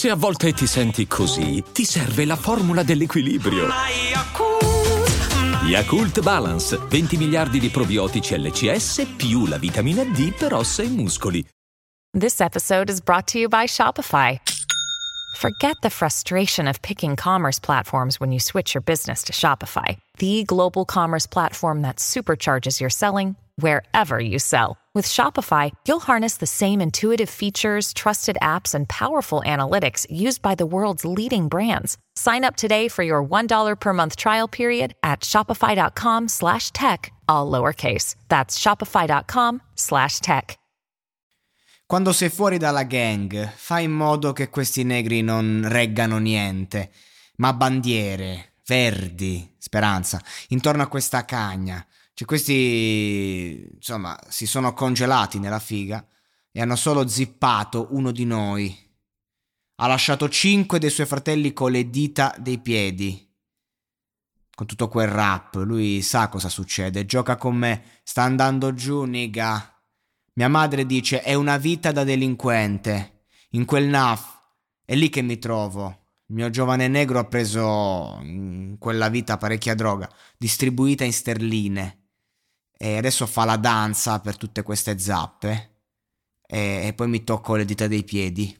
Se a volte ti senti così, ti serve la formula dell'equilibrio. Yakult Balance, 20 miliardi di probiotici LCS più la vitamina D per ossa e muscoli. This episode is brought to you by Shopify. Forget the frustration of picking commerce platforms when you switch your business to Shopify, the global commerce platform that supercharges your selling wherever you sell. With Shopify, you'll harness the same intuitive features, trusted apps, and powerful analytics used by the world's leading brands. Sign up today for your $1 per month trial period at shopify.com/tech, all lowercase. That's shopify.com/tech. Quando sei fuori dalla gang, fai in modo che questi negri non reggano niente, ma bandiere, verdi, speranza, intorno a questa cagna. Cioè questi, insomma, si sono congelati nella figa e hanno solo zippato uno di noi. Ha lasciato 5 dei suoi fratelli con le dita dei piedi. Con tutto quel rap, lui sa cosa succede, gioca con me, sta andando giù, nigga. Mia madre dice, è una vita da delinquente. In quel NAF, è lì che mi trovo. Il mio giovane negro ha preso in quella vita parecchia droga, distribuita in sterline. E adesso fa la danza per tutte queste zappe. E poi mi tocco le dita dei piedi.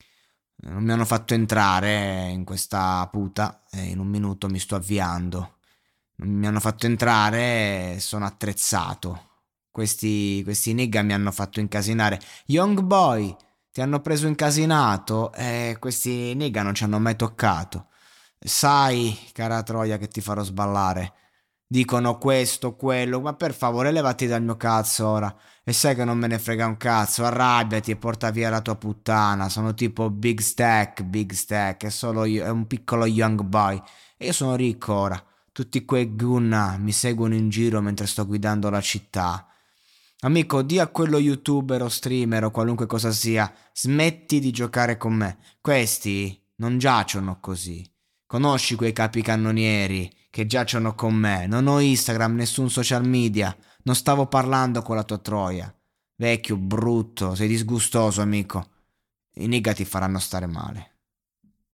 Non mi hanno fatto entrare in questa puta. E in un minuto mi sto avviando. Non mi hanno fatto entrare e sono attrezzato. Questi nigga mi hanno fatto incasinare. Young boy, ti hanno preso incasinato e questi nigga non ci hanno mai toccato. Sai, cara troia, che ti farò sballare. Dicono questo, quello, ma per favore levati dal mio cazzo ora. E sai che non me ne frega un cazzo, arrabbiati e porta via la tua puttana. Sono tipo Big Stack, è solo io, è un piccolo young boy. E io sono ricco ora. Tutti quei gunna mi seguono in giro mentre sto guidando la città. Amico, di a quello youtuber o streamer o qualunque cosa sia, smetti di giocare con me. Questi non giacciono così. Conosci quei capicannonieri che giacciono con me? Non ho Instagram, nessun social media. Non stavo parlando con la tua troia. Vecchio, brutto, sei disgustoso, amico. I nigga ti faranno stare male.